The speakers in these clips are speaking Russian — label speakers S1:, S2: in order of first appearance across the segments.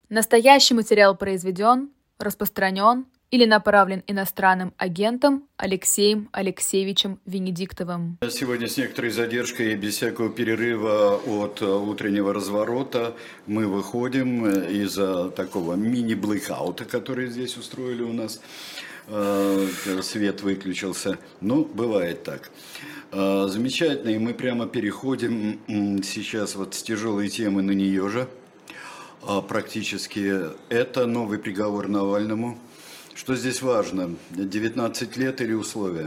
S1: Настоящий материал произведен, распространен или направлен иностранным агентом Алексеем Алексеевичем Венедиктовым.
S2: Сегодня с некоторой задержкой и без всякого перерыва от утреннего разворота мы выходим из-за такого мини-блэкаута, который здесь устроили у нас. Свет выключился. Ну, бывает так. Замечательно, и мы прямо переходим сейчас вот с тяжелой темы на нее же. Практически это новый приговор Навальному. Что здесь важно? 19 лет или условия?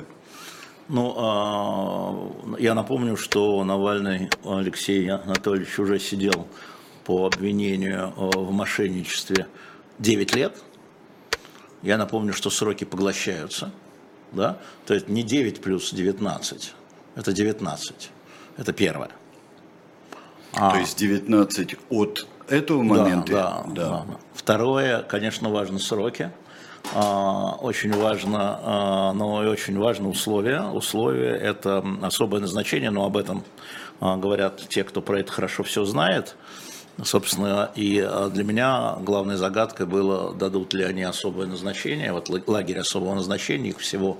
S3: Ну, я напомню, что Навальный Алексей Анатольевич уже сидел по обвинению в мошенничестве 9 лет. Я напомню, что сроки поглощаются. Да? То есть не 9 плюс 19, это 19. Это первое.
S2: То есть 19 от этого момента?
S3: Да. Второе, конечно, важны сроки. Очень важно, но и очень важно условия. Условия – это особое назначение, но об этом говорят те, кто про это хорошо все знает. Собственно, и для меня главной загадкой было, дадут ли они особое назначение. Вот лагерь особого назначения, их всего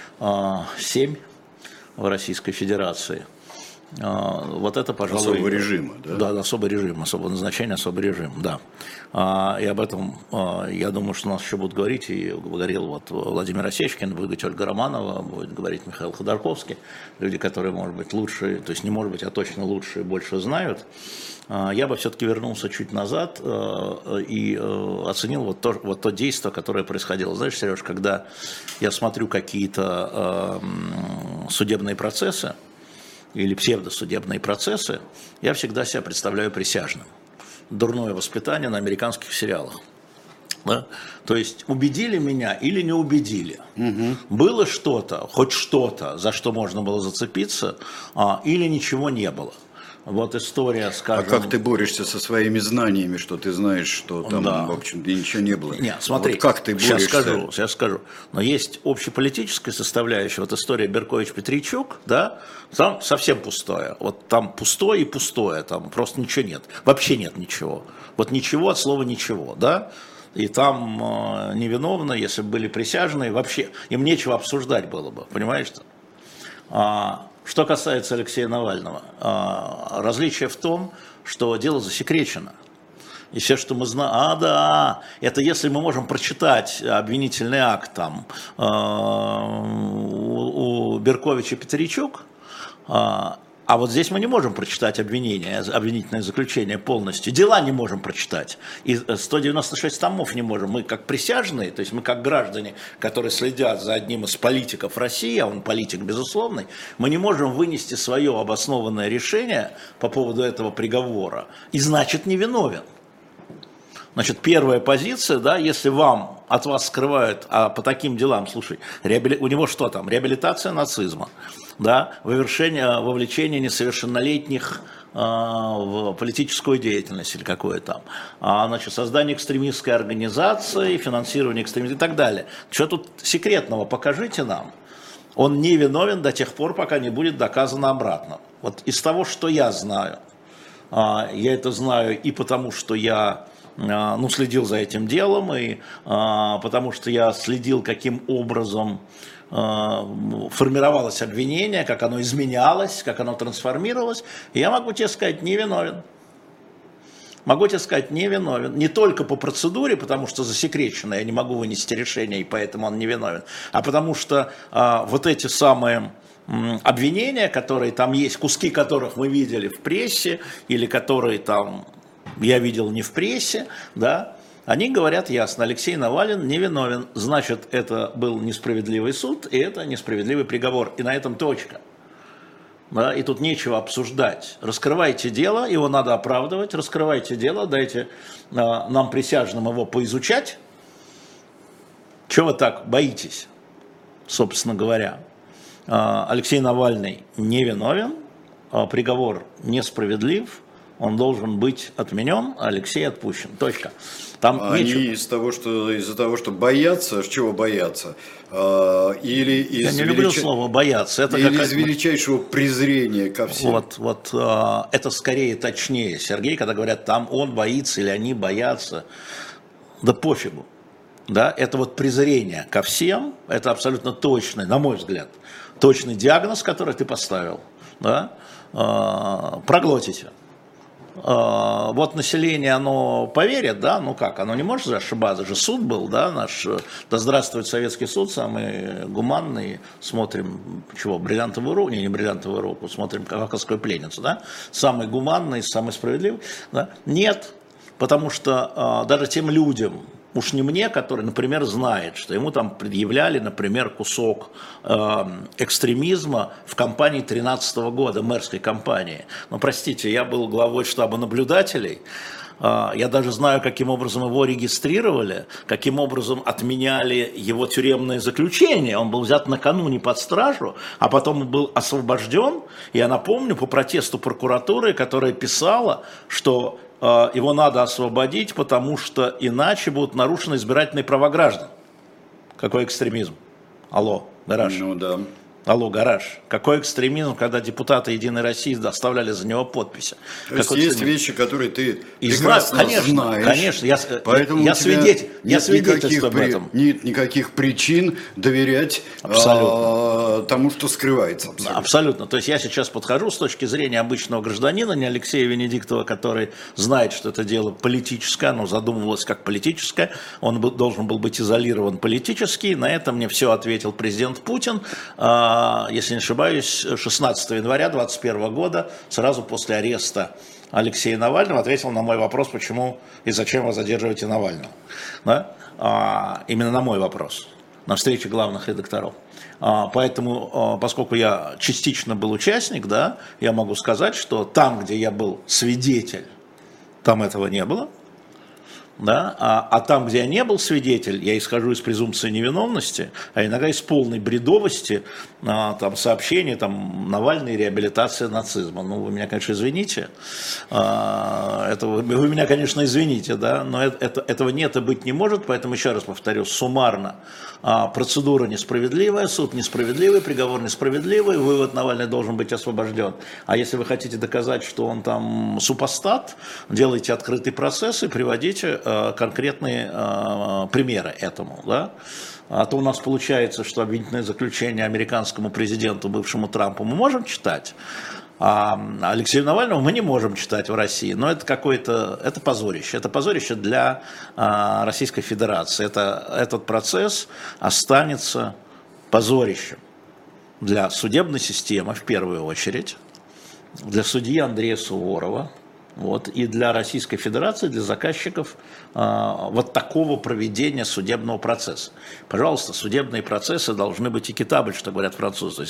S3: 7 в Российской Федерации. Вот это, пожалуй...
S2: Особого режима, да?
S3: Да, особый режим, особое назначение, особый режим, да. И об этом, я думаю, что у нас еще будут говорить, и говорил вот Владимир Осечкин, будет говорить Ольга Романова, будет говорить Михаил Ходорковский, люди, которые, может быть, лучше, то есть не может быть, а точно лучше и больше знают. Я бы все-таки вернулся чуть назад и оценил вот то действие, которое происходило. Знаешь, Сереж, когда я смотрю какие-то судебные процессы, или псевдосудебные процессы, я всегда себя представляю присяжным. Дурное воспитание на американских сериалах. Да? То есть убедили меня или не убедили. Было что-то, хоть что-то, за что можно было зацепиться, или ничего не было. Вот история, скажем...
S2: А как ты борешься со своими знаниями, что ты знаешь, что там, да, в общем-то, ничего не было?
S3: Нет, смотри,
S2: вот как ты борешься?
S3: Сейчас скажу. Но есть общеполитическая составляющая. Вот история Беркович-Петричук, да, там совсем пустое. Вот там пустое и пустое, там просто ничего нет. Вообще нет ничего. Вот ничего от слова ничего, да. И там невиновно, если бы были присяжные, вообще им нечего обсуждать было бы, понимаешь-то? Что касается Алексея Навального, различие в том, что дело засекречено. И все, что мы знаем, да, это если мы можем прочитать обвинительный акт там, у Берковича и Петричук, а вот здесь мы не можем прочитать обвинительное заключение полностью. Дела не можем прочитать. И 196 томов не можем. Мы как присяжные, то есть мы как граждане, которые следят за одним из политиков России, а он политик безусловный, мы не можем вынести свое обоснованное решение по поводу этого приговора. И значит невиновен. Значит, первая позиция, да, если от вас скрывают, а по таким делам, слушай, у него что там, реабилитация нацизма, да, вовлечение несовершеннолетних в политическую деятельность или какое там, значит, создание экстремистской организации, финансирование экстремизма и так далее. Что тут секретного, покажите нам. Он не виновен до тех пор, пока не будет доказано обратно. Вот из того, что я знаю, я это знаю и потому, что я следил за этим делом, и потому что я следил, каким образом формировалось обвинение, как оно изменялось, как оно трансформировалось, и я могу тебе сказать, невиновен. Могу тебе сказать, невиновен. Не только по процедуре, потому что засекречено, я не могу вынести решение, и поэтому он невиновен, а потому что вот эти самые обвинения, которые там есть, куски которых мы видели в прессе, или которые там я видел не в прессе, да, они говорят ясно, Алексей Навальный невиновен, значит, это был несправедливый суд, и это несправедливый приговор, и на этом точка. Да, и тут нечего обсуждать. Раскрывайте дело, его надо оправдывать, раскрывайте дело, дайте нам, присяжным, его поизучать. Чего вы так боитесь, собственно говоря? Алексей Навальный невиновен, приговор несправедлив, он должен быть отменен, а Алексей отпущен. Точка. Там
S2: они
S3: нечего.
S2: из-за того, что боятся, чего боятся? Или
S3: Я не люблю слово «бояться». Это
S2: или из величайшего презрения ко всем?
S3: Это скорее точнее, Сергей, когда говорят, там он боится или они боятся. Да пофигу. Да? Это вот презрение ко всем, это абсолютно точный, на мой взгляд, точный диагноз, который ты поставил. Да? Проглотите. Вот население, оно поверит, да, ну как, оно не может ошибаться, же суд был, да, наш, да здравствует Советский суд, самый гуманный, смотрим, чего, бриллиантовую руку, не бриллиантовую руку, смотрим Кавказскую пленницу, да, самый гуманный, самый справедливый, да, нет, потому что даже тем людям, уж не мне, который, например, знает, что ему там предъявляли, например, кусок экстремизма в кампании 2013 года, мэрской кампании. Но, простите, я был главой штаба наблюдателей, я даже знаю, каким образом его регистрировали, каким образом отменяли его тюремное заключение. Он был взят накануне под стражу, а потом был освобожден. Я напомню, по протесту прокуратуры, которая писала, что его надо освободить, потому что иначе будут нарушены избирательные права граждан. Какой экстремизм? Алло, гараж.
S2: Ну да.
S3: Алло, гараж. Какой экстремизм, когда депутаты Единой России оставляли за него подписи?
S2: То есть есть вещи, которые ты прекрасно знаешь.
S3: Конечно,
S2: поэтому
S3: я свидетельствую об этом.
S2: Нет никаких причин доверять тому, что скрывается.
S3: Абсолютно. То есть я сейчас подхожу с точки зрения обычного гражданина, не Алексея Венедиктова, который знает, что это дело политическое, оно задумывалось как политическое, он должен был быть изолирован политически. На это мне все ответил президент Путин. Если не ошибаюсь, 16 января 2021 года, сразу после ареста Алексея Навального, ответил на мой вопрос, почему и зачем вы задерживаете Навального. Да? Именно на мой вопрос, на встрече главных редакторов. Поэтому, поскольку я частично был участник, да, я могу сказать, что там, где я был свидетель, там этого не было. Да? А там, где я не был свидетель, я исхожу из презумпции невиновности, а иногда из полной бредовости, там, сообщения, там, Навальный, реабилитация нацизма. Ну, вы меня, конечно, извините, вы меня, конечно, извините, да, но этого нет и быть не может, поэтому, еще раз повторю, суммарно, процедура несправедливая, суд несправедливый, приговор несправедливый, вывод: Навальный должен быть освобожден. А если вы хотите доказать, что он там супостат, делайте открытый процесс и приводите конкретные примеры этому, да? А то у нас получается, что обвинительное заключение американскому президенту, бывшему Трампу, мы можем читать, а Алексею Навальному мы не можем читать в России. Но это это позорище. Это позорище для Российской Федерации. Этот процесс останется позорищем для судебной системы в первую очередь, для судьи Андрея Суворова. Вот, и для Российской Федерации, для заказчиков вот такого проведения судебного процесса. Пожалуйста, судебные процессы должны быть экитабль, что говорят французы, то есть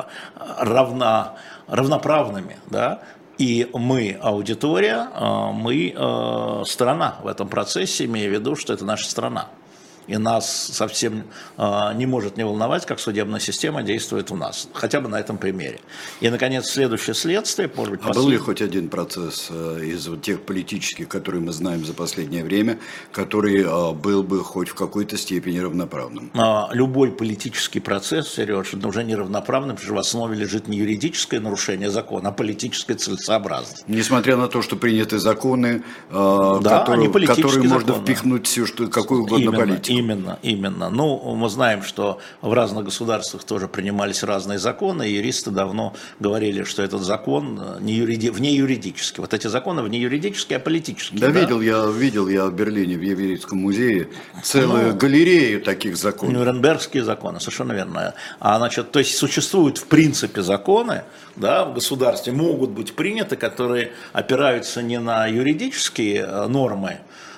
S3: равноправными. Да? И мы аудитория, мы сторона в этом процессе, имея в виду, что это наша страна. И нас совсем не может не волновать, как судебная система действует у нас. Хотя бы на этом примере. И, наконец, следующее следствие. Может быть,
S2: был ли хоть один процесс из вот тех политических, которые мы знаем за последнее время, который был бы хоть в какой-то степени равноправным?
S3: Любой политический процесс, Сереж, уже неравноправным, потому что в основе лежит не юридическое нарушение закона, а политическая целесообразность.
S2: Несмотря на то, что приняты законы, которые можно впихнуть все, какую угодно политику.
S3: Именно. Ну, мы знаем, что в разных государствах тоже принимались разные законы, и юристы давно говорили, что этот закон внеюридический. Вот эти законы внеюридические, а политические.
S2: Да, видел я в Берлине, в Еврейском музее, целую галерею таких законов.
S3: Нюрнбергские законы, совершенно верно. То есть существуют в принципе законы, да, в государстве могут быть приняты, которые опираются не на юридические нормы,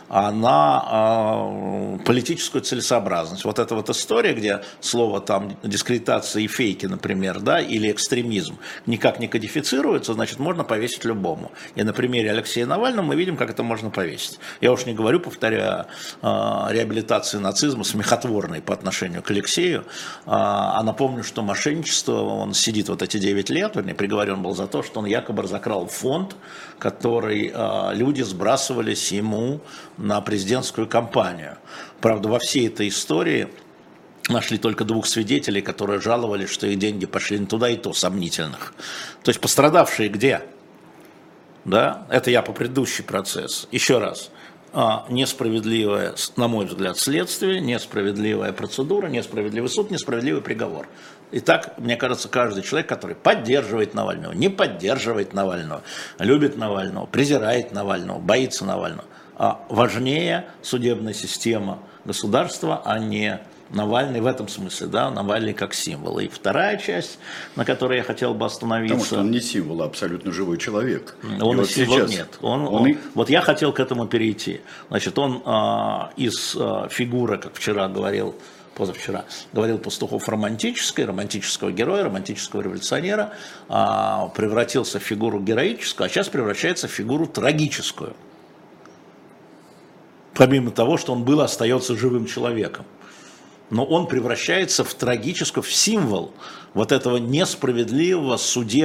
S3: а на политическую целесообразность. Вот эта вот история, где слово там дискредитация и фейки, например, да, или экстремизм никак не кодифицируется, значит, можно повесить любому. И на примере Алексея Навального мы видим, как это можно повесить. Я уж не говорю, повторяю, о реабилитации нацизма смехотворной по отношению к Алексею, а напомню, что мошенничество, он сидит вот эти 9 лет, вернее, приговорен был за то, что он якобы разокрал фонд, который люди сбрасывались ему на президентскую кампанию. Правда, во всей этой истории нашли только 2 свидетелей, которые жаловались, что их деньги пошли не туда, и то сомнительных. То есть пострадавшие где? Да? Это я по предыдущий процесс. Еще раз. Несправедливое, на мой взгляд, следствие, несправедливая процедура, несправедливый суд, несправедливый приговор. Итак, мне кажется, каждый человек, который поддерживает Навального, не поддерживает Навального, любит Навального, презирает Навального, боится Навального, важнее судебная система государства, а не Навальный в этом смысле, да, Навальный как символ. И вторая часть, на которой я хотел бы остановиться.
S2: Потому что он не символ, а абсолютно живой человек.
S3: Он и символ нет. Вот я хотел к этому перейти. Значит, он из фигуры, как вчера говорил, позавчера, говорил Пастухов, романтического героя, романтического революционера, превратился в фигуру героическую, а сейчас превращается в фигуру трагическую. Помимо того, что он был и остается живым человеком. Но он превращается в трагическую, в символ вот этого несправедливой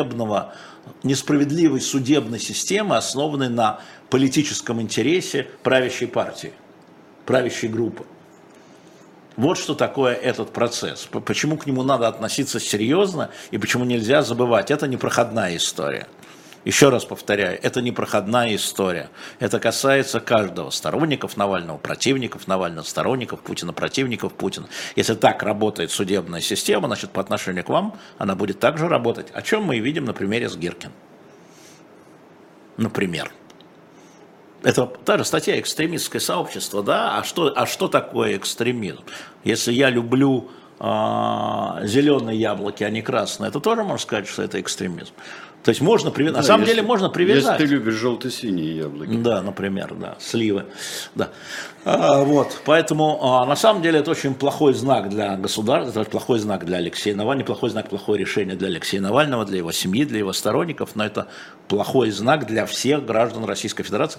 S3: судебной системы, основанной на политическом интересе правящей партии, правящей группы. Вот что такое этот процесс. Почему к нему надо относиться серьезно и почему нельзя забывать. Это непроходная история. Еще раз повторяю, это непроходная история. Это касается каждого. Сторонников Навального, противников Навального, сторонников Путина, противников Путина. Если так работает судебная система, значит, по отношению к вам она будет так же работать. О чем мы и видим на примере с Гиркин. Например. Это та же статья «Экстремистское сообщество». Да? А что такое экстремизм? Если я люблю зеленые яблоки, а не красные, это тоже можно сказать, что это экстремизм. То есть можно, да, на самом деле можно привязать.
S2: Если ты любишь желто-синие яблоки.
S3: Да, например, да, сливы. Да. Вот, поэтому на самом деле это очень плохой знак для государства, это плохой знак для Алексея Навального, плохой знак, плохое решение для Алексея Навального, для его семьи, для его сторонников, но это плохой знак для всех граждан Российской Федерации,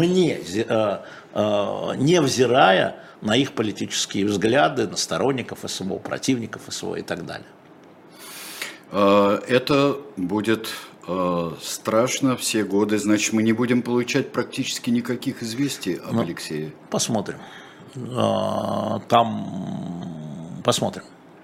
S3: невзирая на их политические взгляды, на сторонников СВО, противников СВО и так далее.
S2: Это будет страшно все годы, значит, мы не будем получать практически никаких известий об Алексее.
S3: Посмотрим. Там посмотрим.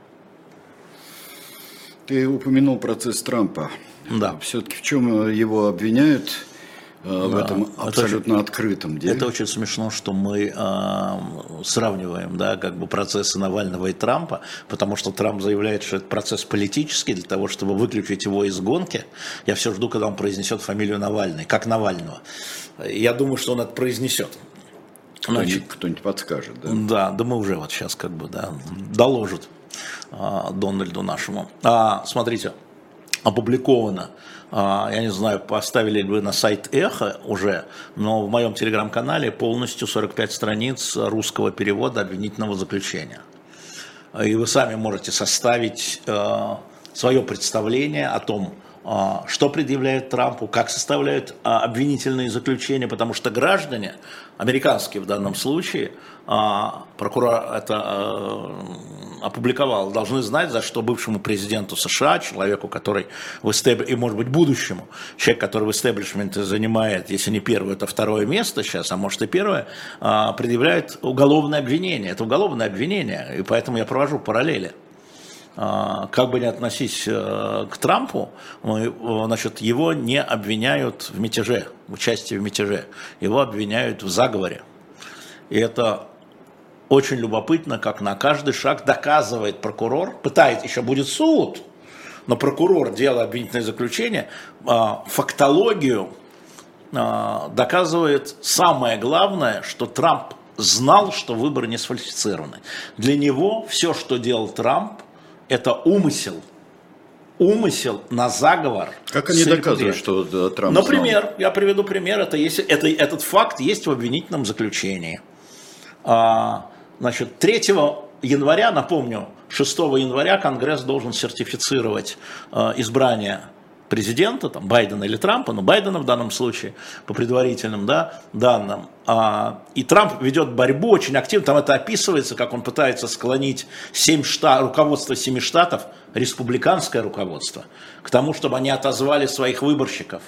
S2: Ты упомянул процесс Трампа.
S3: Да.
S2: Все-таки в чем его обвиняют? В этом абсолютно открытом деле.
S3: Это очень смешно, что мы сравниваем, да, как бы процессы Навального и Трампа, потому что Трамп заявляет, что это процесс политический, для того, чтобы выключить его из гонки. Я все жду, когда он произнесет фамилию Навальный, как Навального. Я думаю, что он это произнесет.
S2: Кто-нибудь подскажет, да?
S3: Да, мы уже вот сейчас как бы, да, доложат Дональду нашему. Смотрите, опубликовано. Я не знаю, поставили ли вы на сайт Эхо уже, но в моем телеграм-канале полностью 45 страниц русского перевода обвинительного заключения. И вы сами можете составить свое представление о том, что предъявляют Трампу, как составляют обвинительные заключения, потому что граждане, американские в данном случае, прокурор это опубликовал, должны знать, за что бывшему президенту США, человеку, который и, может быть, будущему, человек, который в истеблишменте занимает, если не первое, то второе место сейчас, а может и первое, предъявляет уголовное обвинение. Это уголовное обвинение, и поэтому я провожу параллели. Как бы ни относись к Трампу, значит, его не обвиняют в мятеже, в участии в мятеже, его обвиняют в заговоре. И это очень любопытно, как на каждый шаг доказывает прокурор, еще будет суд, но прокурор, делая обвинительное заключение, фактологию доказывает самое главное, что Трамп знал, что выборы не сфальсифицированы. Для него все, что делал Трамп, это умысел умысел на заговор.
S2: Как они доказывают, что Трамп
S3: Например,
S2: знал?
S3: я приведу пример, этот факт есть в обвинительном заключении. Значит, 3 января, напомню, 6 января Конгресс должен сертифицировать избрание президента, там, Байдена или Трампа, но Байдена в данном случае, по предварительным данным. И Трамп ведет борьбу очень активно, там это описывается, как он пытается склонить руководство 7 штатов, республиканское руководство, к тому, чтобы они отозвали своих выборщиков.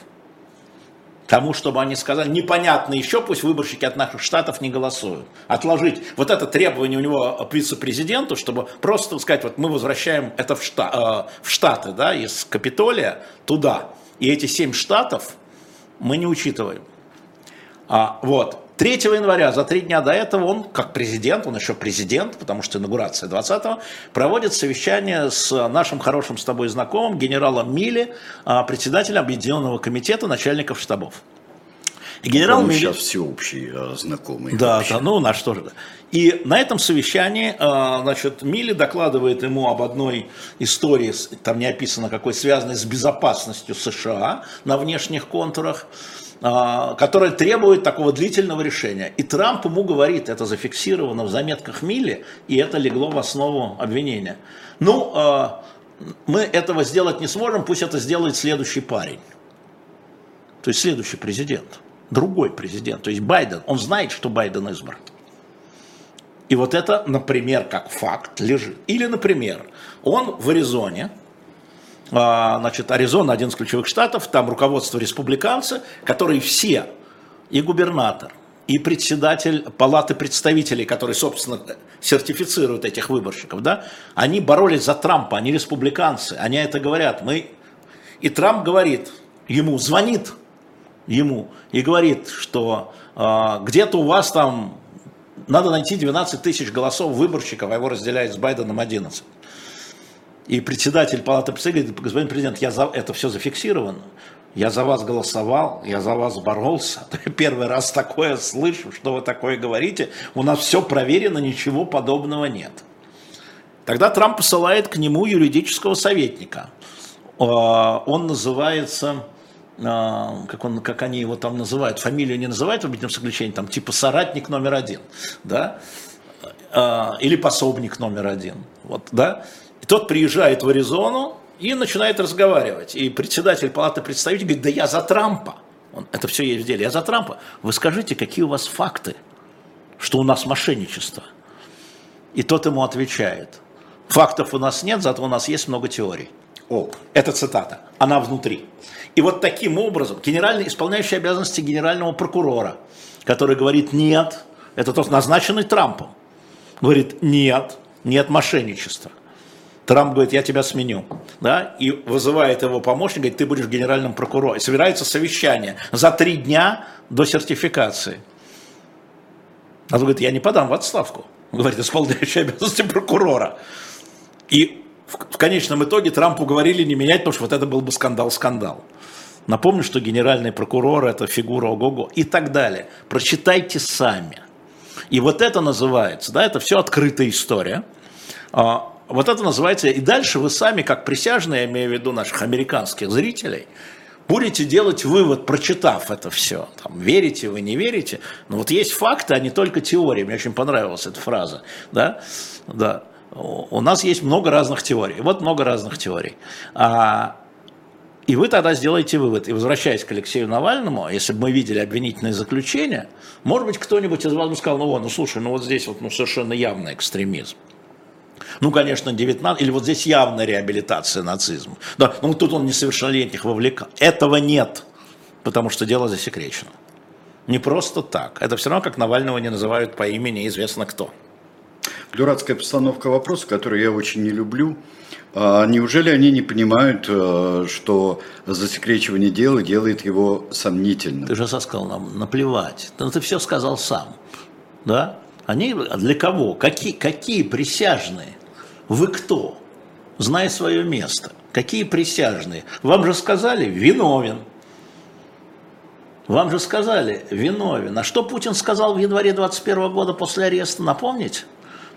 S3: К тому, чтобы они сказали, непонятно еще, пусть выборщики от наших штатов не голосуют. Отложить вот это требование у него к вице-президенту, чтобы просто сказать, вот мы возвращаем это в Штаты, да, из Капитолия туда. И эти 7 штатов мы не учитываем. Вот. 3 января, за 3 дня до этого, он, как президент, он еще президент, потому что инаугурация 20-го, проводит совещание с нашим хорошим с тобой знакомым, генералом Милли, председателем Объединенного комитета начальников штабов. И генерал Милли...
S2: Сейчас всеобщий знакомый.
S3: Да, ну наш тоже. Да. И на этом совещании, значит, Милли докладывает ему об одной истории, там не описано какой, связанной с безопасностью США на внешних контурах, которая требует такого длительного решения. И Трамп ему говорит, это зафиксировано в заметках Милли, и это легло в основу обвинения. Ну, мы этого сделать не сможем, пусть это сделает следующий парень. То есть следующий президент, другой президент, то есть Байден. Он знает, что Байден избран. И вот это, например, как факт лежит. Или, например, он в Аризоне, значит, Аризона один из ключевых штатов, там руководство республиканцы, которые все, и губернатор, и председатель палаты представителей, который, собственно, сертифицирует этих выборщиков, да, они боролись за Трампа, они республиканцы, они это говорят. И Трамп говорит, звонит ему и говорит, что где-то у вас там надо найти 12 тысяч голосов выборщиков, а его разделяет с Байденом 11. И председатель палаты представителей говорит, господин президент, это все зафиксировано, я за вас голосовал, я за вас боролся, первый раз такое слышу, что вы такое говорите, у нас все проверено, ничего подобного нет. Тогда Трамп посылает к нему юридического советника, он называется, как они его там называют, фамилию не называют в обвинительном заключении, там типа соратник номер 1, да, или пособник номер 1, вот, да. И тот приезжает в Аризону и начинает разговаривать. И председатель палаты представителей говорит, да я за Трампа. Это все есть в деле, я за Трампа. Вы скажите, какие у вас факты, что у нас мошенничество? И тот ему отвечает, фактов у нас нет, зато у нас есть много теорий. Это цитата, она внутри. И вот таким образом, исполняющий обязанности генерального прокурора, который говорит нет, это тот назначенный Трампом, говорит нет мошенничества. Трамп говорит, я тебя сменю, да, и вызывает его помощник, говорит, ты будешь генеральным прокурором. И собирается совещание за 3 дня до сертификации. А он говорит, я не подам в отставку, говорит, исполняющий обязанности прокурора. И в конечном итоге Трампу говорили не менять, потому что вот это был бы скандал. Напомню, что генеральный прокурор это фигура ого-го и так далее. Прочитайте сами. И вот это называется, да, это все открытая история. Вот это называется, и дальше вы сами, как присяжные, я имею в виду наших американских зрителей, будете делать вывод, прочитав это все. Там, верите вы, не верите. Но вот есть факты, а не только теории. Мне очень понравилась эта фраза. Да? Да. У нас есть много разных теорий. Вот много разных теорий. И вы тогда сделаете вывод. И возвращаясь к Алексею Навальному, если бы мы видели обвинительное заключение, может быть, кто-нибудь из вас бы сказал, ну слушай, вот здесь вот, совершенно явный экстремизм. Ну, конечно, 19, или вот здесь явная реабилитация нацизма. Да, ну тут он несовершеннолетних вовлекал. Этого нет, потому что дело засекречено. Не просто так. Это все равно, как Навального не называют по имени, известно кто.
S2: Дурацкая постановка вопроса, которую я очень не люблю. Неужели они не понимают, что засекречивание дела делает его сомнительным?
S3: Ты же сказал нам, наплевать. Ты все сказал сам. Да? Они для кого? Какие присяжные? Вы кто? Знай свое место. Какие присяжные? Вам же сказали, виновен. Вам же сказали, виновен. А что Путин сказал в январе 2021 года после ареста? Напомните?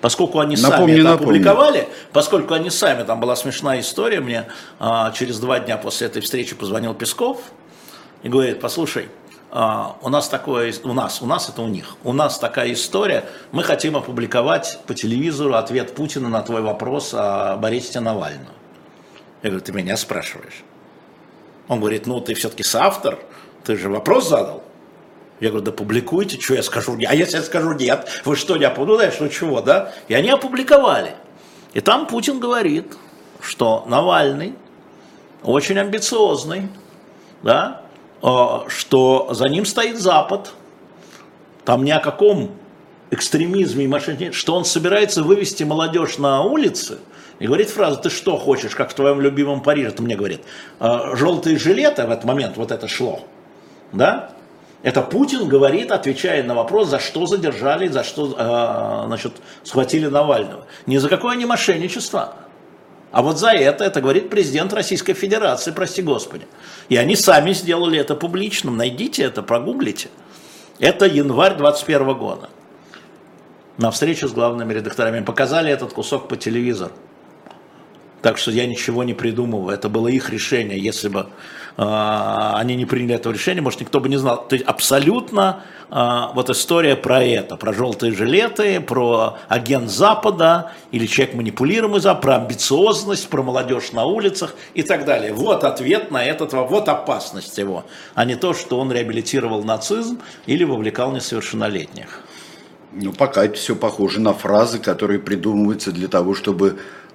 S3: Поскольку они сами это опубликовали, поскольку они сами, там была смешная история, мне через 2 дня после этой встречи позвонил Песков и говорит: послушай, у нас такое, у нас это у них, у нас такая история, мы хотим опубликовать по телевизору ответ Путина на твой вопрос об аресте Навального. Я говорю: ты меня спрашиваешь? Он говорит: ну ты все-таки соавтор, ты же вопрос задал. Я говорю: да публикуйте, что я скажу. А если я скажу нет, вы что, не опубликуете, что чего, да? И они опубликовали. И там Путин говорит, что Навальный очень амбициозный, да, что за ним стоит Запад, там ни о каком экстремизме и мошенничестве, что он собирается вывести молодежь на улицы и говорит фразу: ты что хочешь, как в твоем любимом Париже, это мне говорит, желтые жилеты в этот момент, вот это шло, да? Это Путин говорит, отвечая на вопрос, за что задержали, за что, значит, схватили Навального. Не за какое они мошенничество, а вот за это говорит президент Российской Федерации, прости господи. И они сами сделали это публичным. Найдите это, прогуглите. Это январь 2021 года. На встрече с главными редакторами показали этот кусок по телевизору. Так что я ничего не придумываю. Это было их решение. Если бы они не приняли этого решения, может, никто бы не знал. То есть абсолютно вот история про это, про желтые жилеты, про агент Запада или человек манипулируемый Запад, про амбициозность, про молодежь на улицах и так далее. Вот ответ на этот вопрос, вот опасность его, а не то, что он реабилитировал нацизм или вовлекал несовершеннолетних.
S2: Ну, пока это все похоже на фразы, которые придумываются для того, чтобы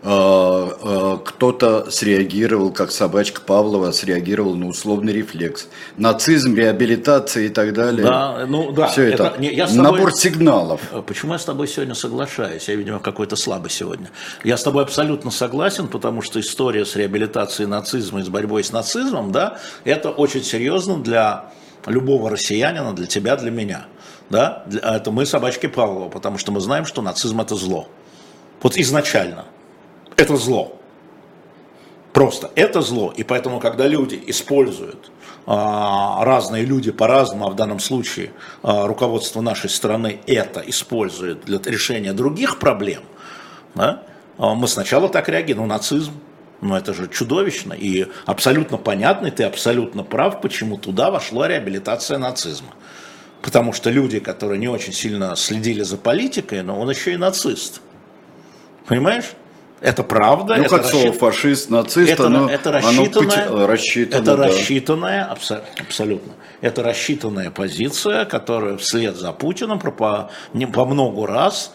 S2: кто-то среагировал, как собачка Павлова среагировал на условный рефлекс. Нацизм, реабилитация и так далее.
S3: Да, ну да.
S2: Все это набор сигналов.
S3: Почему я с тобой сегодня соглашаюсь? Я, видимо, какой-то слабый сегодня. Я с тобой абсолютно согласен, потому что история с реабилитацией нацизма и с борьбой с нацизмом, да, это очень серьезно для любого россиянина, для тебя, для меня. Да? Это мы собачки Павлова, потому что мы знаем, что нацизм – это зло. Вот изначально. Это зло. Просто это зло. И поэтому, когда люди используют, разные люди по-разному, а в данном случае руководство нашей страны это использует для решения других проблем, да, мы сначала так реагируем. Ну, нацизм, ну это же чудовищно. И абсолютно понятно, и ты абсолютно прав, почему туда вошла реабилитация нацизма. Потому что люди, которые не очень сильно следили за политикой, но он еще и нацист. Понимаешь? Это правда.
S2: Ну, как слово фашист, нацист,
S3: это рассчитанная,
S2: абсолютно.
S3: Это рассчитанная позиция, которую вслед за Путиным по много раз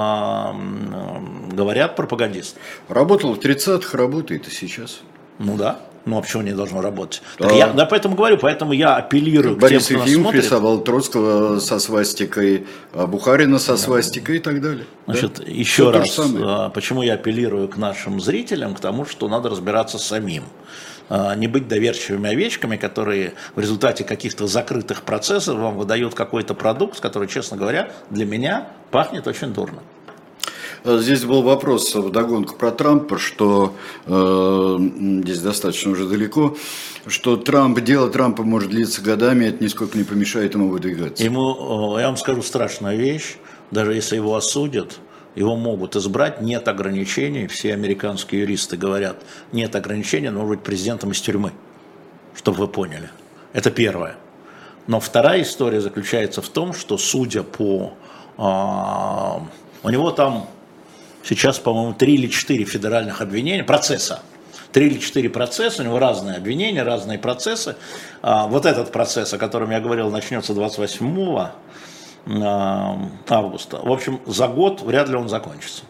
S3: говорят пропагандисты.
S2: Работал в 30-х, работает и сейчас.
S3: Ну да. Ну, а почему не должно работать? Да. Я поэтому говорю, поэтому я апеллирую к тем, кто нас
S2: Ефимов
S3: смотрит.
S2: рисовал Троцкого со свастикой, Бухарина со свастикой и так далее.
S3: Значит,
S2: да?
S3: еще раз, почему я апеллирую к нашим зрителям, к тому, что надо разбираться самим. Не быть доверчивыми овечками, которые в результате каких-то закрытых процессов вам выдают какой-то продукт, который, честно говоря, для меня пахнет очень дурно.
S2: Здесь был вопрос вдогонку про Трампа, что здесь достаточно уже далеко, что дело Трампа может длиться годами, это нисколько не помешает ему выдвигаться.
S3: Я вам скажу страшную вещь, даже если его осудят, его могут избрать, нет ограничений, все американские юристы говорят, нет ограничений, он может быть президентом из тюрьмы, чтобы вы поняли. Это первое. Но вторая история заключается в том, что судя по... у него там... Сейчас, по-моему, 3 или 4 федеральных обвинения, процесса. 3 или 4 процесса, у него разные обвинения, разные процессы. Вот этот процесс, о котором я говорил, начнется 28 августа. В общем, за год вряд ли он закончится.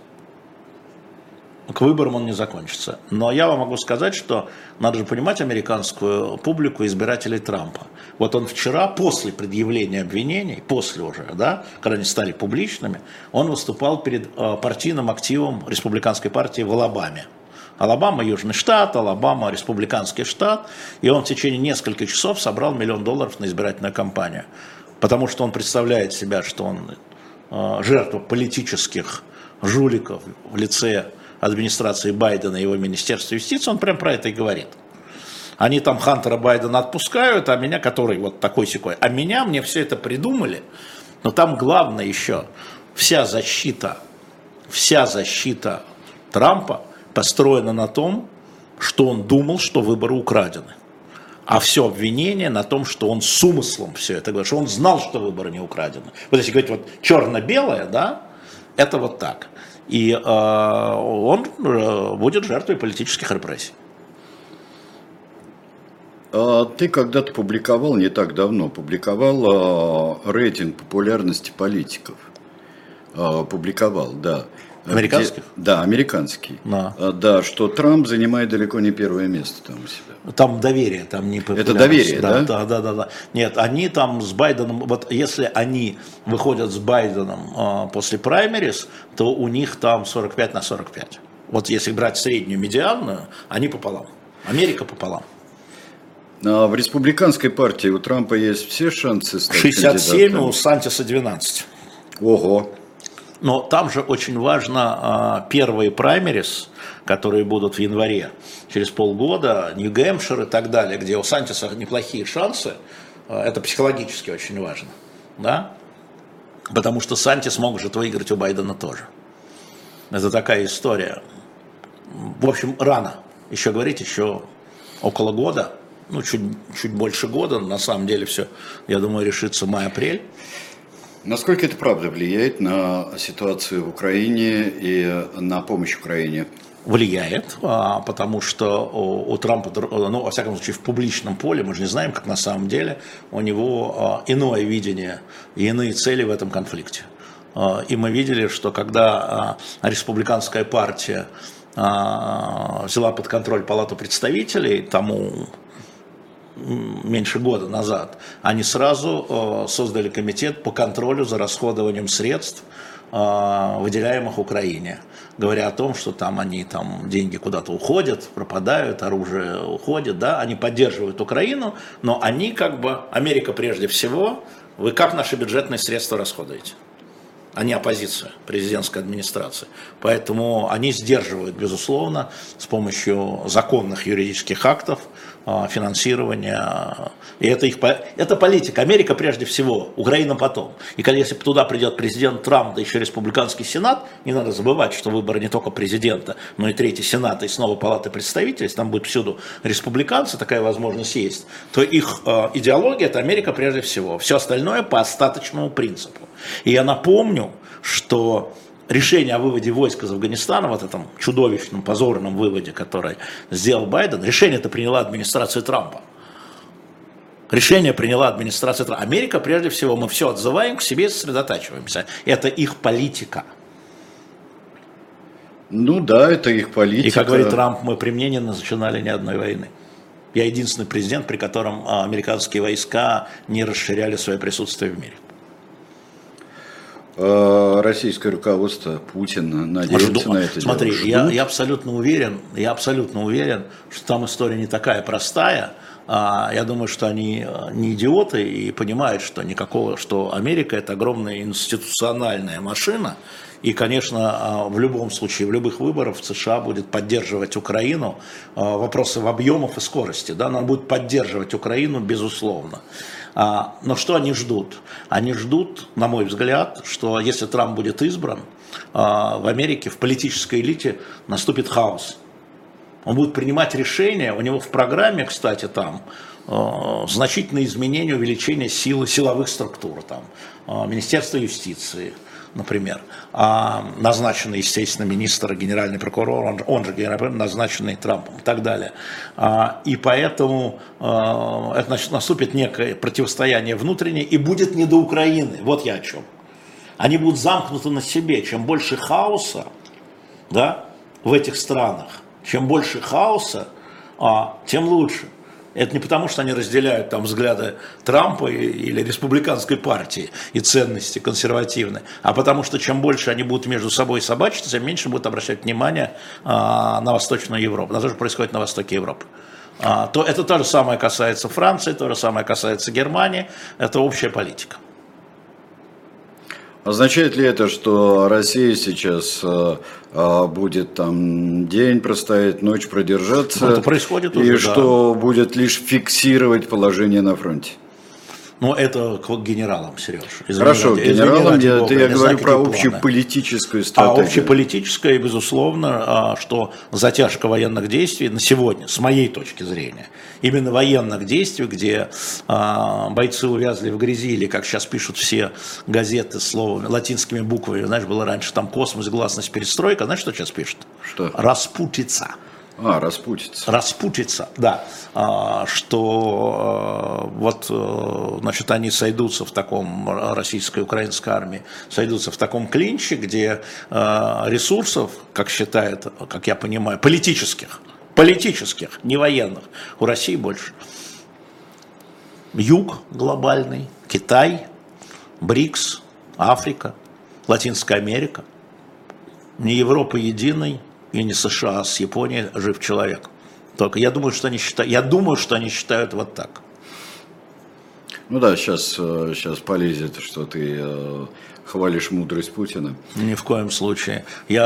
S3: К выборам он не закончится. Но я вам могу сказать, что надо же понимать американскую публику избирателей Трампа. Вот он вчера, после предъявления обвинений, после уже, да, когда они стали публичными, он выступал перед партийным активом республиканской партии в Алабаме. Алабама – южный штат, Алабама – республиканский штат. И он в течение нескольких часов собрал $1 миллион на избирательную кампанию. Потому что он представляет себя, что он жертва политических жуликов в лице администрации Байдена и его Министерства юстиции, он прям про это и говорит. Они там Хантера Байдена отпускают, а меня, который вот такой-сякой, а мне все это придумали. Но там главное еще, вся защита вся защита Трампа построена на том, что он думал, что выборы украдены. А все обвинение на том, что он с умыслом все это говорит, что он знал, что выборы не украдены. Вот если говорить вот черно-белое, да, это вот так. И он будет жертвой политических репрессий.
S2: Ты когда-то публиковал, не так давно, рейтинг популярности политиков. Публиковал, да.
S3: Американских?
S2: Да, американский. Да, что Трамп занимает далеко не первое место там у себя.
S3: Там доверие, там не популярность.
S2: Это доверие, да?
S3: Да. Нет, они там с Байденом, вот если они выходят с Байденом после праймерис, то у них там 45/45. Вот если брать среднюю медианную, они пополам. Америка пополам.
S2: А в республиканской партии у Трампа есть все шансы стать
S3: 67,
S2: кандидатом?
S3: у Сантиса 12.
S2: Ого.
S3: Но там же очень важно первые праймерис, которые будут в январе, через полгода, Нью-Гэмпшир и так далее, где у Сантиса неплохие шансы, это психологически очень важно, да? Потому что Сантис может выиграть у Байдена тоже. Это такая история. В общем, рано еще говорить, еще около года, ну чуть больше года, на самом деле все, я думаю, решится май-апрель.
S2: Насколько это правда влияет на ситуацию в Украине и на помощь Украине?
S3: Влияет, потому что у Трампа, ну, во всяком случае, в публичном поле, мы же не знаем, как на самом деле, у него иное видение и иные цели в этом конфликте. И мы видели, что когда республиканская партия взяла под контроль Палату представителей, тому меньше года назад, они сразу создали комитет по контролю за расходованием средств, выделяемых Украине, говоря о том, что там деньги куда-то уходят, пропадают, оружие уходит, да, они поддерживают Украину, но они Америка прежде всего, вы как наши бюджетные средства расходуете? Они оппозиция президентской администрации. Поэтому они сдерживают, безусловно, с помощью законных юридических актов финансирования. И это политика. Америка прежде всего, Украина потом. И если туда придет президент Трамп, да еще республиканский сенат, не надо забывать, что выборы не только президента, но и третий сенат, и снова палаты представителей, если там будут всюду республиканцы, такая возможность есть, то их идеология – это Америка прежде всего. Все остальное по остаточному принципу. И я напомню, что решение о выводе войск из Афганистана, вот этом чудовищном, позорном выводе, который сделал Байден, решение это приняла администрация Трампа. Решение приняла администрация Трампа. Америка, прежде всего, мы все отзываем к себе и сосредотачиваемся. Это их политика.
S2: Ну да, это их политика.
S3: И, как говорит Трамп, мы при мне не начинали ни одной войны. Я единственный президент, при котором американские войска не расширяли свое присутствие в мире.
S2: Российское руководство, Путин надеется на это.
S3: Смотри, я абсолютно уверен, что там история не такая простая. Я думаю, что они не идиоты и понимают, что Америка это огромная институциональная машина. И, конечно, в любом случае, в любых выборах США будет поддерживать Украину. Вопросы в объемах и скорости. Да, она будет поддерживать Украину, безусловно. Но что они ждут? Они ждут, на мой взгляд, что если Трамп будет избран, в Америке, в политической элите наступит хаос. Он будет принимать решения, у него в программе, кстати, там значительные изменения, увеличение силы силовых структур, там, Министерство юстиции, например, назначенный, естественно, министр, генеральный прокурор, он же назначенный Трампом и так далее. И поэтому это, значит, наступит некое противостояние внутреннее и будет не до Украины. Вот я о чем. Они будут замкнуты на себе. Чем больше хаоса, да, в этих странах, чем больше хаоса, тем лучше. Это не потому, что они разделяют там взгляды Трампа или республиканской партии и ценности консервативные, а потому что чем больше они будут между собой собачиться, тем меньше будут обращать внимание на Восточную Европу, на то, что происходит на востоке Европы. Это то же самое касается Франции, то же самое касается Германии, это общая политика.
S2: Означает ли это, что Россия сейчас будет там день простоять, ночь продержаться,
S3: это происходит уже,
S2: и что будет лишь фиксировать положение на фронте?
S3: Ну, это к генералам, Сереж.
S2: Хорошо, генералам я говорю про общеполитическую стратегию.
S3: Общеполитическая, безусловно, что затяжка военных действий на сегодня, с моей точки зрения, именно военных действий, где бойцы увязли в грязи, или, как сейчас пишут все газеты словами, латинскими буквами, знаешь, было раньше там космос, гласность, перестройка, знаешь, что сейчас пишут?
S2: Что?
S3: Распутица.
S2: Распутица.
S3: Распутица, да, что значит, они сойдутся в таком, российской и украинской армии, сойдутся в таком клинче, где ресурсов, как считает, как я понимаю, политических, не военных, у России больше. Юг глобальный, Китай, БРИКС, Африка, Латинская Америка, не Европа единой, и не США, а с Японией жив человек. Только я думаю, что они считают вот так.
S2: Ну да, сейчас полезет, что ты хвалишь мудрость Путина.
S3: Ни в коем случае.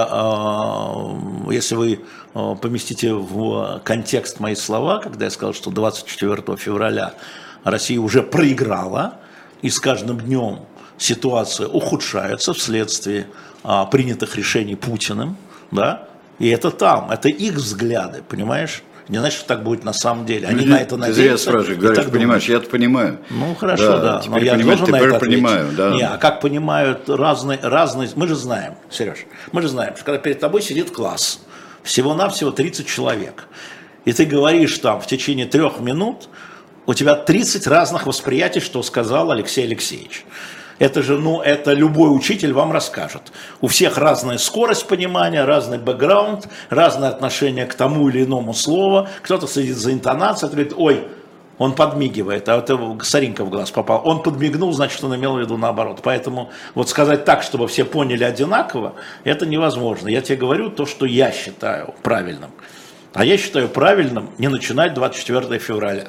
S3: Если вы поместите в контекст мои слова, когда я сказал, что 24 февраля Россия уже проиграла, и с каждым днем ситуация ухудшается вследствие принятых решений Путиным, да, и это их взгляды, понимаешь? Не значит, что так будет на самом деле. Они на это надеются. Ты зря
S2: спрашиваешь, говоришь, понимаешь, я-то понимаю.
S3: Ну, хорошо, да. Но я должен на это ответить. Да. Не, а как понимают разные... Мы же знаем, Сереж, что когда перед тобой сидит класс, всего-навсего 30 человек, и ты говоришь там в течение 3 минут, у тебя 30 разных восприятий, что сказал Алексей Алексеевич. Это же, это любой учитель вам расскажет. У всех разная скорость понимания, разный бэкграунд, разное отношение к тому или иному слову. Кто-то следит за интонацией, говорит, ой, он подмигивает, а это соринка в глаз попал. Он подмигнул, значит, он имел в виду наоборот. Поэтому вот сказать так, чтобы все поняли одинаково, это невозможно. Я тебе говорю то, что я считаю правильным. А я считаю правильным не начинать 24 февраля.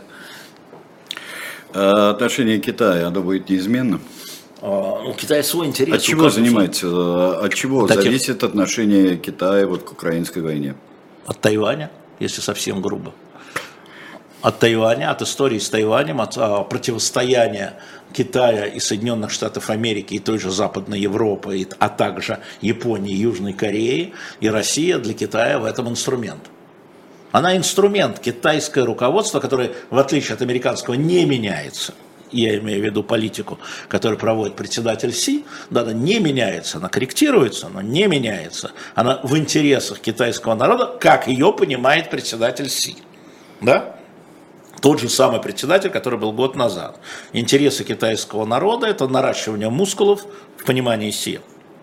S2: Отношение Китая, оно будет неизменным?
S3: У Китая свой интерес.
S2: От чего зависит отношение Китая к украинской войне?
S3: От Тайваня, если совсем грубо. От Тайваня, от истории с Тайванем, от противостояния Китая и Соединенных Штатов Америки и той же Западной Европы, а также Японии, Южной Кореи. И Россия для Китая в этом инструмент. Она инструмент, китайское руководство, которое, в отличие от американского, не меняется. Я имею в виду политику, которую проводит председатель Си, да, она не меняется, она корректируется, но не меняется. Она в интересах китайского народа, как ее понимает председатель Си. Да? Тот же самый председатель, который был год назад. Интересы китайского народа – это наращивание мускулов в понимании Си.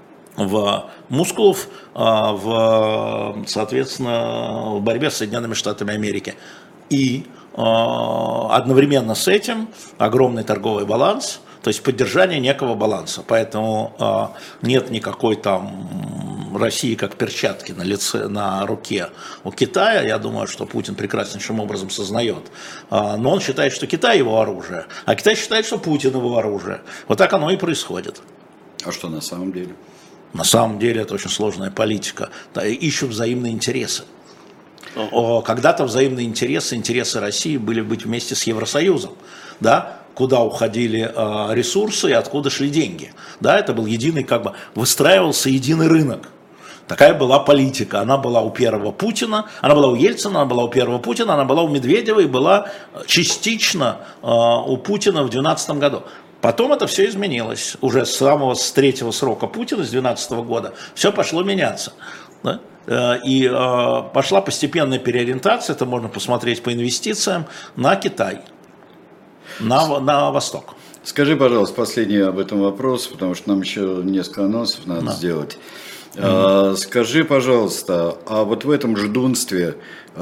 S3: Соответственно, в борьбе с Соединенными Штатами Америки. И одновременно с этим огромный торговый баланс, то есть поддержание некого баланса. Поэтому нет никакой там России как перчатки на лице, на руке у Китая. Я думаю, что Путин прекраснейшим образом сознает. Но он считает, что Китай его оружие, а Китай считает, что Путин его оружие. Вот так оно и происходит.
S2: А что на самом деле?
S3: На самом деле это очень сложная политика. Да, ищут взаимные интересы. Когда-то взаимные интересы России были быть вместе с Евросоюзом, да, куда уходили ресурсы и откуда шли деньги. Да, это был единый, выстраивался единый рынок. Такая была политика. Она была у первого Путина, она была у Ельцина, она была у первого Путина, она была у Медведева и была частично у Путина в 2012 году. Потом это все изменилось. Уже с 3-го срока Путина, с 2012 года, все пошло меняться. Да? И пошла постепенная переориентация, это можно посмотреть по инвестициям, на Китай, на восток.
S2: Скажи, пожалуйста, последний об этом вопрос, потому что нам еще несколько анонсов надо сделать. Скажи, пожалуйста, а вот в этом ждунстве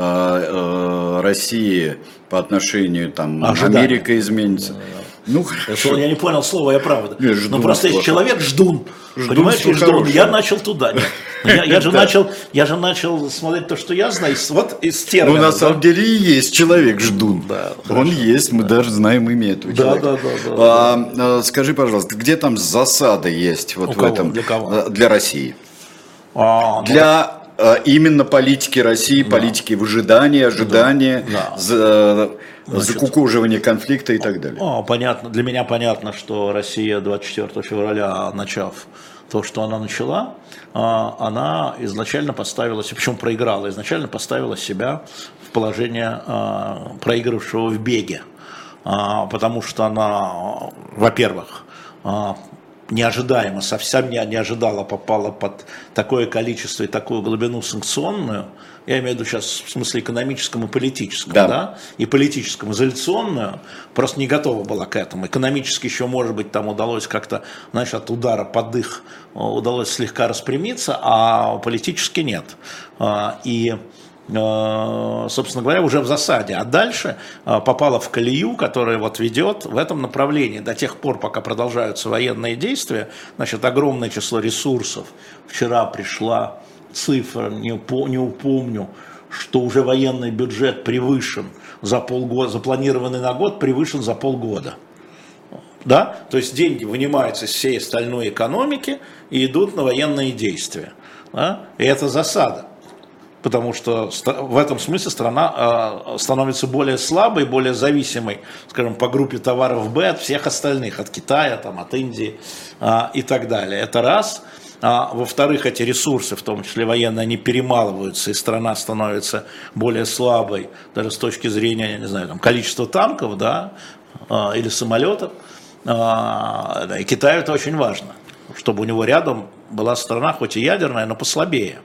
S2: России по отношению Америка изменится?
S3: Ну, хорошо. Я не понял слова, я правда. Но просто есть человек ждун. Понимаешь, ждун. Я начал туда. Я же начал смотреть то, что я знаю, вот из термина.
S2: Ну, на самом деле и есть человек ждун. Он есть, мы даже знаем имя этого человека. Скажи, пожалуйста, где там засада есть вот в этом для России? Для Именно политики России, политики выжидания, ожидания, закукуживания конфликта и так далее.
S3: Понятно, для меня понятно, что Россия 24 февраля, начав то, что она начала, она изначально поставила себя, причем проиграла, изначально поставила себя в положение проигравшего в беге. Потому что она, во-первых, неожидаемо, совсем не ожидала, попала под такое количество и такую глубину санкционную, я имею в виду сейчас в смысле экономическом и политическом, да, и политическом, изоляционную, просто не готова была к этому. Экономически еще, может быть, там удалось как-то, знаешь, от удара под дых удалось слегка распрямиться, а политически нет. И, собственно говоря, уже в засаде. А дальше попала в колею, которая вот ведет в этом направлении. До тех пор, пока продолжаются военные действия, значит, огромное число ресурсов. Вчера пришла цифра, не упомню, что уже военный бюджет превышен за полгода, запланированный на год превышен за полгода. Да? То есть деньги вынимаются из всей остальной экономики и идут на военные действия. Да? И это засада. Потому что в этом смысле страна становится более слабой, более зависимой, скажем, по группе товаров Б от всех остальных, от Китая, там, от Индии и так далее. Это раз. Во-вторых, эти ресурсы, в том числе военные, они перемалываются, и страна становится более слабой, даже с точки зрения, я не знаю, там, количества танков, да, или самолетов. И Китаю это очень важно, чтобы у него рядом была страна, хоть и ядерная, но послабее.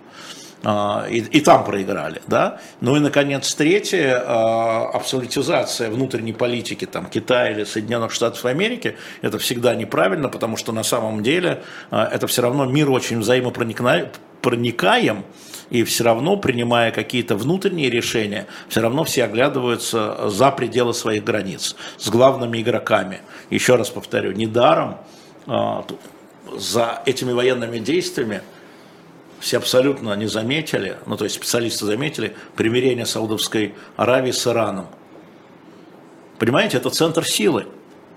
S3: И там проиграли, да. Ну и, наконец, третье, абсолютизация внутренней политики там, Китая или Соединенных Штатов Америки, это всегда неправильно, потому что на самом деле это все равно мир очень взаимопроникаем, и все равно, принимая какие-то внутренние решения, все равно все оглядываются за пределы своих границ, с главными игроками. Еще раз повторю, недаром за этими военными действиями все абсолютно не заметили, ну то есть специалисты заметили, примирение Саудовской Аравии с Ираном. Понимаете, это центр силы.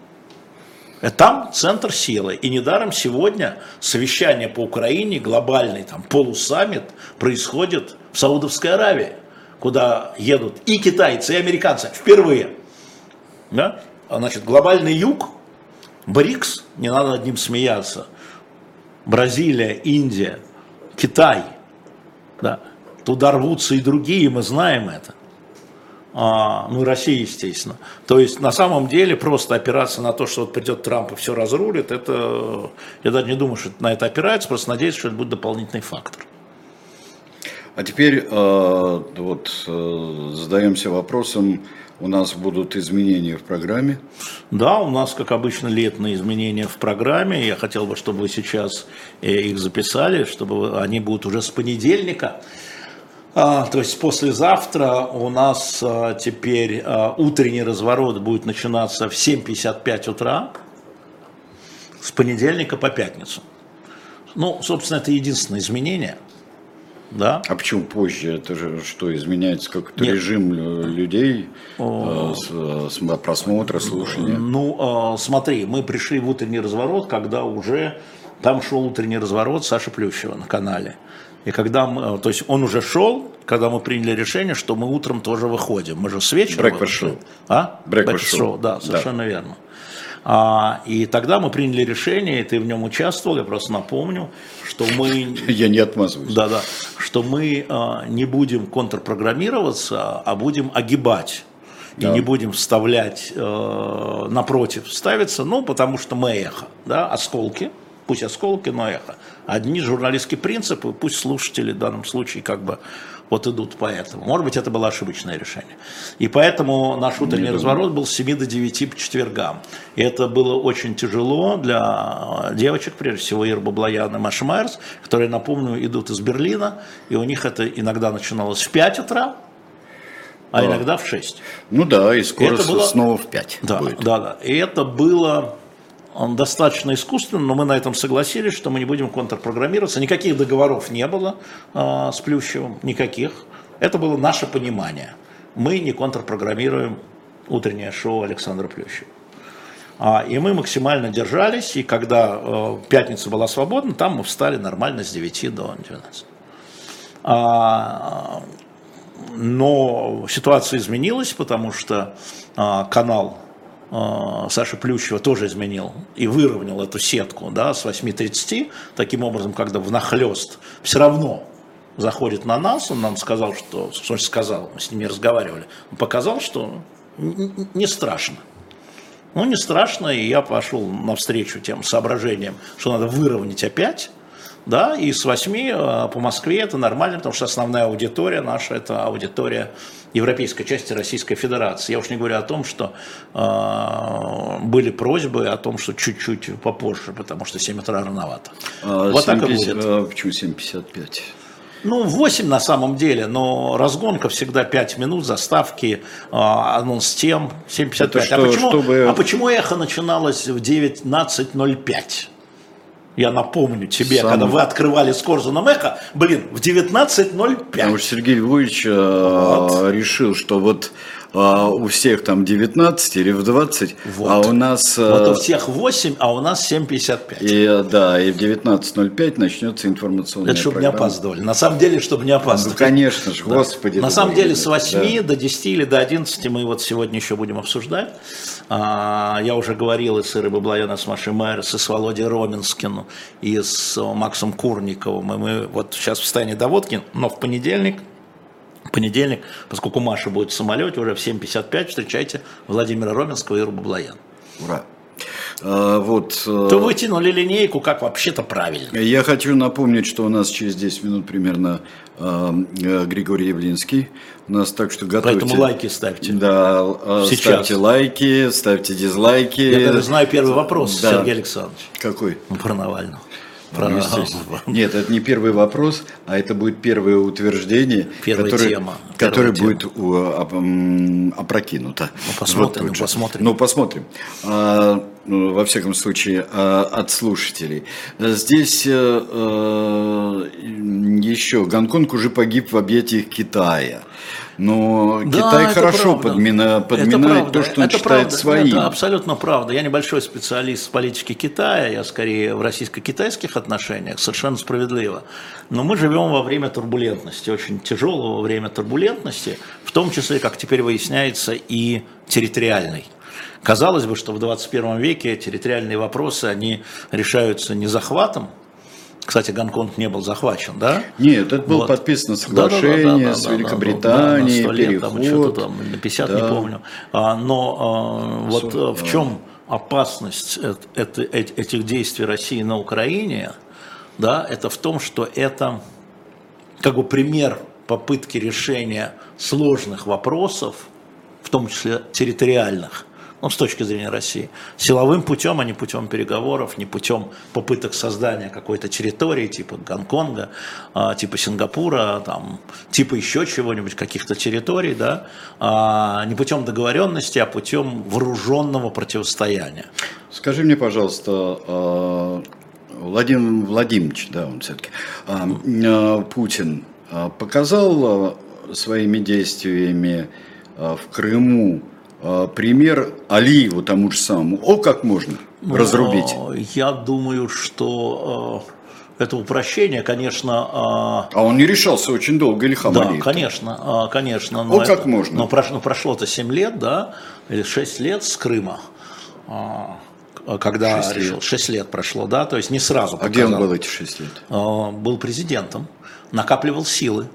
S3: Там центр силы. И недаром сегодня совещание по Украине, глобальный там, полусаммит, происходит в Саудовской Аравии, куда едут и китайцы, и американцы впервые. Да? Значит, глобальный юг, БРИКС, не надо над ним смеяться, Бразилия, Индия, Китай, да, туда рвутся и другие, мы знаем это, ну и Россия, естественно. То есть на самом деле просто опираться на то, что вот придет Трамп и все разрулит, это, я даже не думаю, что на это опирается, просто надеюсь, что это будет дополнительный фактор.
S2: А теперь вот задаемся вопросом, у нас будут изменения в программе?
S3: Да, у нас, как обычно, летние изменения в программе. Я хотел бы, чтобы вы сейчас их записали, чтобы они будут уже с понедельника. То есть послезавтра у нас теперь утренний разворот будет начинаться в 7:55 утра, с понедельника по пятницу. Ну, собственно, это единственное изменение. Да?
S2: А почему позже? Это же что, изменяется как-то режим людей, просмотра, слушания?
S3: Ну, смотри, мы пришли в утренний разворот, когда уже там шел утренний разворот Саши Плющева на канале. И когда мы, то есть он уже шел, когда мы приняли решение, что мы утром тоже выходим. Мы же с вечера.
S2: Breakfast Show.
S3: Breakfast Show, да, совершенно верно. И тогда мы приняли решение, и ты в нем участвовал, я просто напомню, что мы...
S2: Я не отмазываюсь.
S3: Да, что мы не будем контрпрограммироваться, а будем огибать. И не будем вставлять напротив, ставиться, ну, потому что мы эхо, да, осколки, пусть осколки, но эхо. Одни журналистские принципы, пусть слушатели в данном случае как бы вот идут по этому. Может быть, это было ошибочное решение. И поэтому наш утренний разворот был с 7 до 9 по четвергам. И это было очень тяжело для девочек, прежде всего Иры Баблоян и Маши Майерс, которые, напомню, идут из Берлина, и у них это иногда начиналось в 5 утра, а иногда в 6.
S2: Ну да, и скоро снова в 5 будет.
S3: Да. И это было достаточно искусственно, но мы на этом согласились, что мы не будем контрпрограммироваться. Никаких договоров не было с Плющевым, никаких. Это было наше понимание. Мы не контрпрограммируем утреннее шоу Александра Плющева. И мы максимально держались, и когда пятница была свободна, там мы встали нормально с 9 до 12. Но ситуация изменилась, потому что канал Саши Плющева тоже изменил и выровнял эту сетку, да, с 8:30, таким образом, когда внахлёст все равно заходит на нас, он нам сказал, что, мы с ними разговаривали, он показал, что не страшно. Ну, не страшно, и я пошел навстречу тем соображениям, что надо выровнять опять, да, и с 8 по Москве это нормально, потому что основная аудитория наша – это аудитория европейской части Российской Федерации. Я уж не говорю о том, что были просьбы о том, что чуть-чуть попозже, потому что 7 утра рановато. Вот так и будет.
S2: Почему 7:55?
S3: Ну, 8 на самом деле, но разгонка всегда 5 минут, заставки, анонс тем, 7:55. Почему эхо начиналось в 19:05? Я напомню тебе, когда вы открывали с Корзуном эхо, в 19:05.
S2: Потому что Сергей Львович решил, что вот у всех там 19 или в 20, а у нас...
S3: Вот у всех 8, а у нас 7:55.
S2: И в 19:05 начнется информационная
S3: Это чтобы
S2: программа.
S3: не опаздывали. На самом деле, чтобы не опаздывали.
S2: Ну, конечно же, господи.
S3: На самом деле, с 8 до 10 или до 11 мы вот сегодня еще будем обсуждать. Я уже говорил и с Ирой Баблоян, и с Машей Майерс, и с Володей Роменским, и с Максом Курниковым. И мы вот сейчас в состоянии доводки, но в понедельник, поскольку Маша будет в самолете, уже в 7:55 встречайте Владимира Роменского и Иру Баблоян.
S2: Ура.
S3: То вытянули линейку, как вообще-то правильно.
S2: Я хочу напомнить, что у нас через 10 минут примерно Григорий Явлинский. У нас, так что готовьте.
S3: Поэтому лайки ставьте.
S2: Да, сейчас. Ставьте лайки, ставьте дизлайки.
S3: Я даже знаю первый вопрос,
S2: да.
S3: Сергей Александрович.
S2: Какой?
S3: Про Навального.
S2: Нет, это не первый вопрос, а это будет первое утверждение, которое будет опрокинуто. Посмотрим. Во всяком случае, от слушателей. Здесь еще Гонконг уже погиб в объятиях Китая. Но да, Китай хорошо подминает то, что он считает своим.
S3: Это абсолютно правда. Я небольшой специалист в политике Китая, я скорее в российско-китайских отношениях, совершенно справедливо. Но мы живем во время турбулентности, очень тяжелого время турбулентности, в том числе, как теперь выясняется, и территориальной. Казалось бы, что в 21 веке территориальные вопросы, они решаются не захватом. Кстати, Гонконг не был захвачен, да?
S2: Нет, это было подписано соглашение с Великобританией,
S3: на 100 лет, там, что-то там, на 50, не помню. Но вот в чем опасность этих действий России на Украине, да, это в том, что это как бы пример попытки решения сложных вопросов, в том числе территориальных, ну, с точки зрения России, силовым путем, а не путем переговоров, не путем попыток создания какой-то территории, типа Гонконга, типа Сингапура, там, типа еще чего-нибудь, каких-то территорий, да, не путем договоренности, а путем вооруженного противостояния.
S2: Скажи мне, пожалуйста, Владимир Владимирович, да, он все-таки, Путин показал своими действиями в Крыму пример Алиеву тому же самому. Как можно разрубить?
S3: Я думаю, что это упрощение, конечно...
S2: А он не решался очень долго, Ильхам Алиев?
S3: Да, конечно.
S2: Как можно?
S3: Но прошло-то 7 лет, да, или 6 лет с Крыма. Когда 6 лет прошло, да, то есть не сразу показал.
S2: А где он был эти 6 лет?
S3: Был президентом, накапливал силы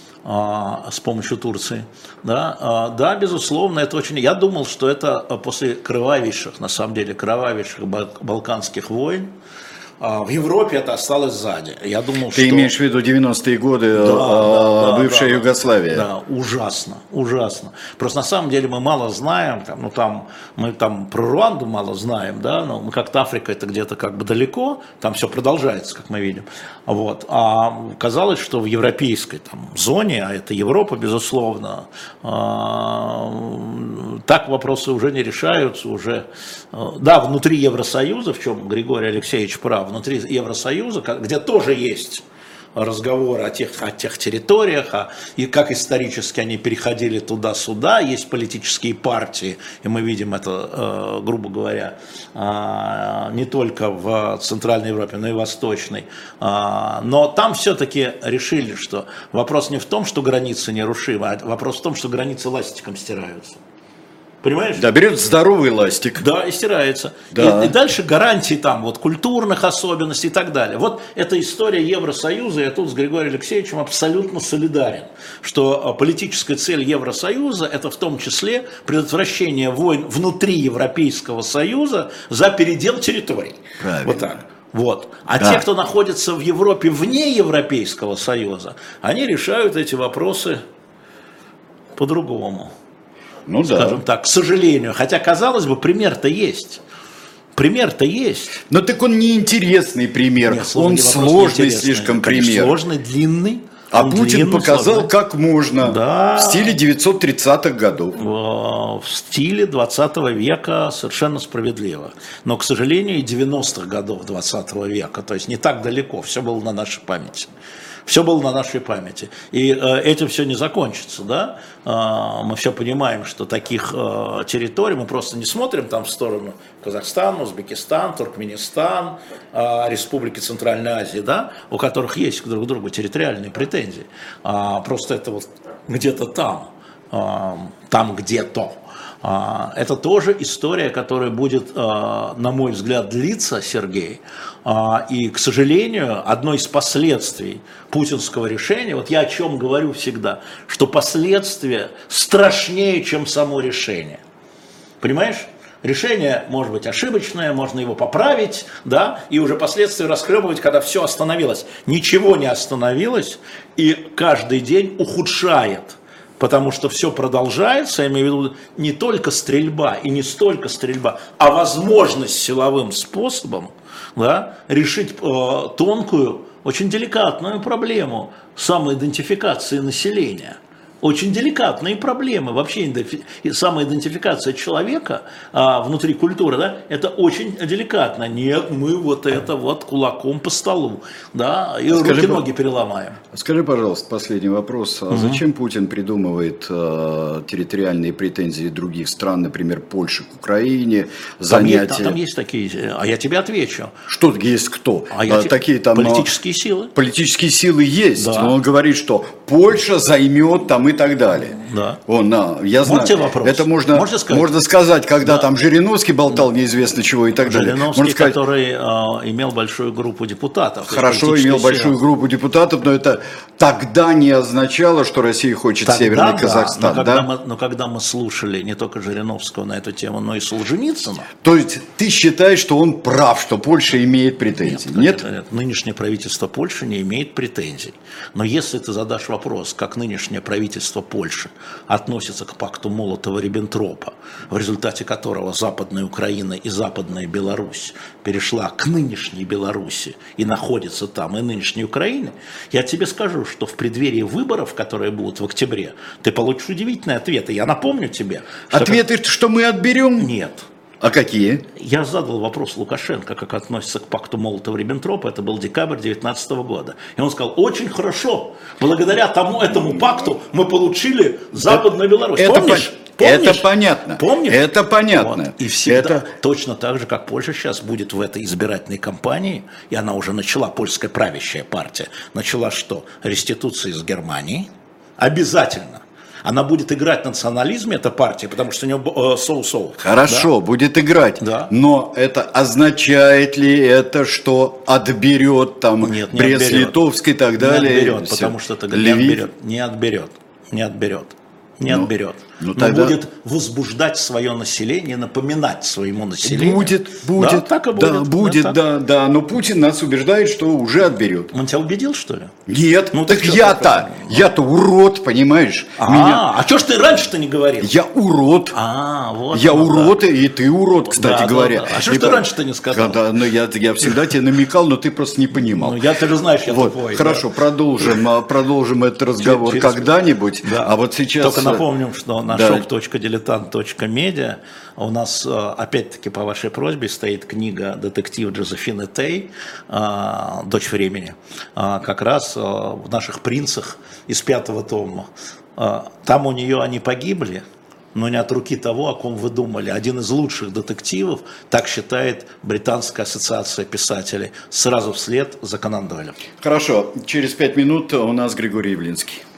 S3: с помощью Турции. Да, безусловно, это очень... Я думал, что это после кровавейших, на самом деле, балканских войн, в Европе это осталось сзади. Я думал,
S2: Ты имеешь в виду 90-е годы, бывшая Югославия?
S3: Да, ужасно. Просто на самом деле мы мало знаем, мы там про Руанду мало знаем, да, но мы как-то Африка это где-то как бы далеко, там все продолжается, как мы видим. Вот. А казалось, что в европейской там зоне, а это Европа, безусловно, так вопросы уже не решаются, уже, да, внутри Евросоюза, в чем Григорий Алексеевич прав, внутри Евросоюза, где тоже есть разговоры о тех территориях, и как исторически они переходили туда-сюда. Есть политические партии, и мы видим это, грубо говоря, не только в Центральной Европе, но и Восточной. Но там все-таки решили, что вопрос не в том, что границы нерушимы, а вопрос в том, что границы ластиком стираются. Понимаешь?
S2: Да, берет здоровый ластик.
S3: Да, и стирается.
S2: Да.
S3: И дальше гарантии там, вот, культурных особенностей и так далее. Вот эта история Евросоюза, я тут с Григорием Алексеевичем абсолютно солидарен, что политическая цель Евросоюза – это в том числе предотвращение войн внутри Европейского Союза за передел территорий.
S2: Правильно.
S3: Вот так. Вот. А
S2: Да.
S3: те, кто находится в Европе вне Европейского Союза, они решают эти вопросы по-другому.
S2: Ну да.
S3: Скажем так, к сожалению. Хотя, казалось бы, пример-то есть. Пример-то есть.
S2: Но так он неинтересный пример,
S3: Нет,
S2: он сложный слишком
S3: Конечно,
S2: пример.
S3: сложный, длинный.
S2: А
S3: Он
S2: Путин
S3: длинный,
S2: показал,
S3: сложный.
S2: как можно
S3: Да.
S2: в стиле 930-х годов.
S3: В стиле 20 века совершенно справедливо. Но, к сожалению, и 90-х годов 20 века, то есть не так далеко, все было на нашей памяти. Все было на нашей памяти. И этим все не закончится, да? Мы все понимаем, что таких территорий, мы просто не смотрим там в сторону Казахстана, Узбекистан, Туркменистан, республики Центральной Азии, да? У которых есть друг к другу территориальные претензии. Просто это вот где-то там где-то. Это тоже история, которая будет, на мой взгляд, длиться, Сергей. И, к сожалению, одно из последствий путинского решения, вот я о чем говорю всегда, что последствия страшнее, чем само решение. Понимаешь? Решение может быть ошибочное, можно его поправить, да, и уже последствия расхлебывать, когда все остановилось. Ничего не остановилось, и каждый день ухудшает. Потому что все продолжается, я имею в виду не только стрельба и не столько стрельба, а возможность силовым способом, да, решить тонкую, очень деликатную проблему самоидентификации населения. Очень деликатные проблемы. Вообще самоидентификация человека внутри культуры, да, это очень деликатно. Нет, мы вот это вот кулаком по столу, да, и руки-ноги переломаем.
S2: Скажи, пожалуйста, последний вопрос. А зачем Путин придумывает территориальные претензии других стран, например, Польши к Украине, занятия?
S3: Там есть такие, а я тебе отвечу.
S2: Что есть кто? Такие там
S3: политические силы.
S2: Политические силы есть,
S3: Да.
S2: но он говорит, что Польша займет там и так далее.
S3: Да.
S2: Я знаю.
S3: Можете вопрос?
S2: Это можно сказать, когда
S3: Да.
S2: там Жириновский болтал неизвестно чего и так далее.
S3: Жириновский,
S2: Можно сказать,
S3: который имел большую группу депутатов.
S2: хорошо, имел большую группу депутатов, но это тогда не означало, что Россия хочет
S3: Тогда
S2: Северный
S3: да,
S2: Казахстан.
S3: но когда мы слушали не только Жириновского на эту тему, но и Солженицына.
S2: То есть ты считаешь, что он прав, что Польша имеет претензии? Нет?
S3: Нынешнее правительство Польши не имеет претензий. Но если ты задашь вопрос, как нынешнее правительство Польши относится к пакту Молотова-Риббентропа, в результате которого Западная Украина и Западная Беларусь перешла к нынешней Беларуси и находится там, и нынешней Украине, я тебе скажу, что в преддверии выборов, которые будут в октябре, ты получишь удивительные ответы. Я напомню тебе. Что
S2: Ответы, что мы отберем?
S3: Нет.
S2: А какие?
S3: Я задал вопрос Лукашенко, как относится к пакту Молотова-Риббентропа, это был декабрь 2019 года. И он сказал, очень хорошо, благодаря этому пакту мы получили Западную Беларусь. Помнишь?
S2: Это понятно.
S3: Помнишь?
S2: Это понятно.
S3: Вот. И всегда, точно так же, как Польша сейчас будет в этой избирательной кампании, и она уже начала, польская правящая партия, начала что? Реституции из Германии. Обязательно. Она будет играть в национализме, эта партия, потому что у нее соу-соу.
S2: Хорошо, да? Будет играть.
S3: Да.
S2: Но это означает ли это, что отберет там Брест-Литовск и так далее?
S3: Не отберет, потому что это не отберет. Но
S2: тогда...
S3: будет возбуждать свое население, напоминать своему населению.
S2: Будет.
S3: Да, так и будет.
S2: Да. Но Путин нас убеждает, что уже отберет.
S3: Он тебя убедил, что ли?
S2: Нет, так я-то урод, понимаешь?
S3: А что ж ты раньше-то не говорил?
S2: Я урод.
S3: Вот.
S2: Я урод, и ты урод, кстати говоря.
S3: Да. А что ж ты раньше-то не сказал?
S2: Я всегда тебе намекал, но ты просто не понимал.
S3: Ты же знаешь, я тупой.
S2: Хорошо, продолжим этот разговор когда-нибудь.
S3: Да.
S2: А вот сейчас...
S3: Только напомним, что на shop.diletant.media. У нас, опять-таки, по вашей просьбе, стоит книга детектив Джозефины Тей «Дочь времени», как раз в наших принцах из 5-го тома. Там у нее они погибли, но не от руки того, о ком вы думали. Один из лучших детективов, так считает Британская ассоциация писателей, сразу вслед за Конан Дойлем.
S2: Хорошо, через 5 минут у нас Григорий Явлинский.